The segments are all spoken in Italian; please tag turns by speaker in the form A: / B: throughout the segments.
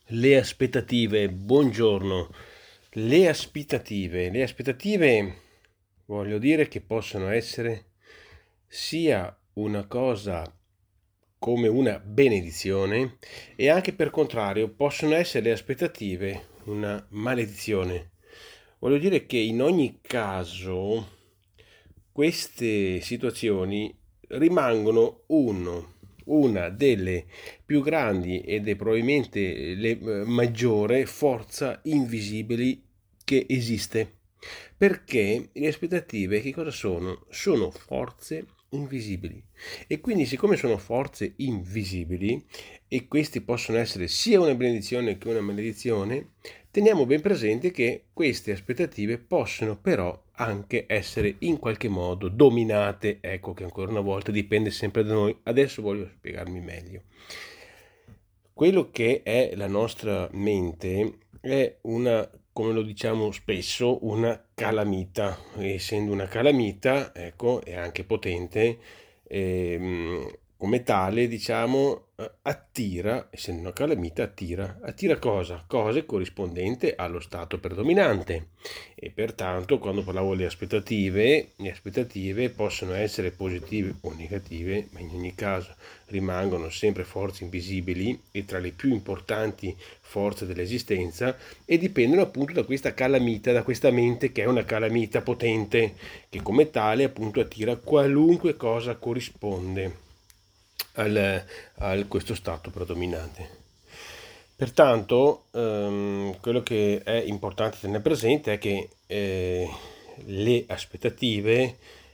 A: Le aspettative, buongiorno. Le aspettative voglio dire che possono essere sia una cosa come una benedizione e anche per contrario possono essere le aspettative una maledizione. Voglio dire che in ogni caso queste situazioni rimangono una delle più grandi ed è probabilmente le maggiore forza invisibili che esiste. Perché le aspettative che cosa sono? Sono forze invisibili. E quindi siccome sono forze invisibili e questi possono essere sia una benedizione che una maledizione, teniamo ben presente che queste aspettative possono però anche essere in qualche modo dominate, ecco che ancora una volta dipende sempre da noi. Adesso voglio spiegarmi meglio. Quello che è la nostra mente è una, come lo diciamo spesso, una calamita. Essendo una calamita, ecco, è anche potente, come tale, diciamo, attira, essendo una calamita, attira cosa? Cose corrispondenti allo stato predominante. E pertanto, quando parlavo delle le aspettative possono essere positive o negative, ma in ogni caso rimangono sempre forze invisibili e tra le più importanti forze dell'esistenza e dipendono appunto da questa calamita, da questa mente che è una calamita potente, che come tale appunto attira qualunque cosa corrisponde questo stato predominante. Pertanto, quello che è importante tenere presente è che le aspettative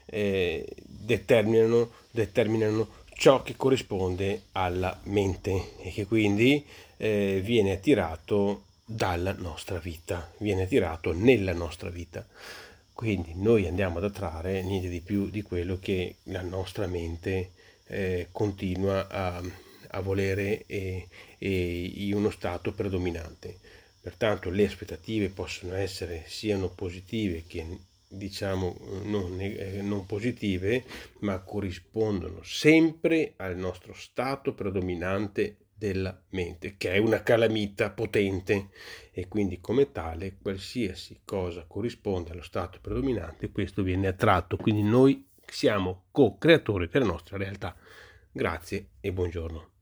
A: determinano ciò che corrisponde alla mente e che quindi viene attirato dalla nostra vita, viene attirato nella nostra vita. Quindi noi andiamo ad attrarre niente di più di quello che la nostra mente continua a volere in uno stato predominante. Pertanto le aspettative possono essere siano positive che diciamo non positive, ma corrispondono sempre al nostro stato predominante della mente, che è una calamita potente e quindi come tale qualsiasi cosa corrisponde allo stato predominante, questo viene attratto. Quindi noi siamo co-creatori della nostra realtà. Grazie e buongiorno.